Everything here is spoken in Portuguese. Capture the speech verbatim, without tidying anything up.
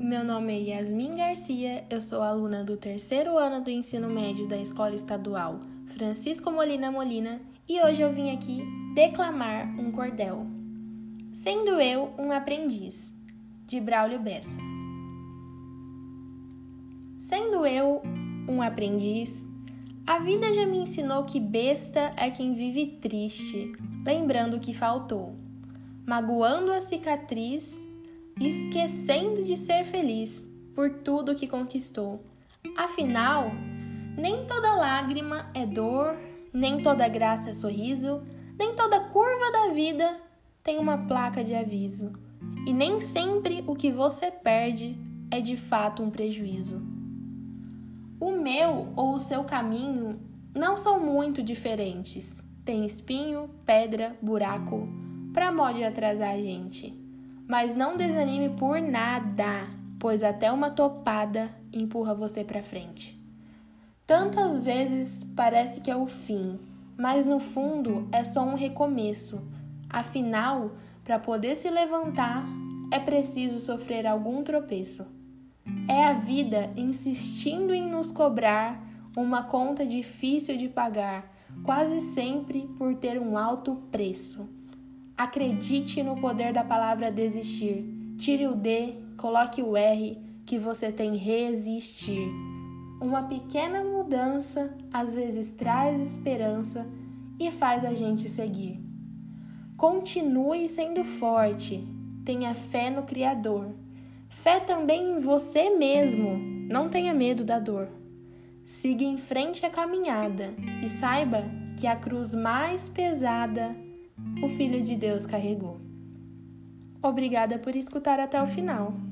Meu nome é Yasmin Garcia, eu sou aluna do terceiro ano do ensino médio da Escola Estadual Francisco Molina Molina e hoje eu vim aqui declamar um cordel. Sendo eu um aprendiz, de Braulio Bessa. Sendo eu um aprendiz, a vida já me ensinou que besta é quem vive triste, lembrando o que faltou, magoando a cicatriz, esquecendo de ser feliz por tudo que conquistou. Afinal, nem toda lágrima é dor, nem toda graça é sorriso, nem toda curva da vida tem uma placa de aviso. E nem sempre o que você perde é de fato um prejuízo. O meu ou o seu caminho não são muito diferentes. Tem espinho, pedra, buraco, pra mod atrasar a gente. Mas não desanime por nada, pois até uma topada empurra você pra frente. Tantas vezes parece que é o fim, mas no fundo é só um recomeço. Afinal, para poder se levantar, é preciso sofrer algum tropeço. É a vida insistindo em nos cobrar uma conta difícil de pagar, quase sempre por ter um alto preço. Acredite no poder da palavra desistir. Tire o D, coloque o R, que você tem resistir. Uma pequena mudança às vezes traz esperança e faz a gente seguir. Continue sendo forte, tenha fé no Criador. Fé também em você mesmo, não tenha medo da dor. Siga em frente a caminhada e saiba que a cruz mais pesada o Filho de Deus carregou. Obrigada por escutar até o final.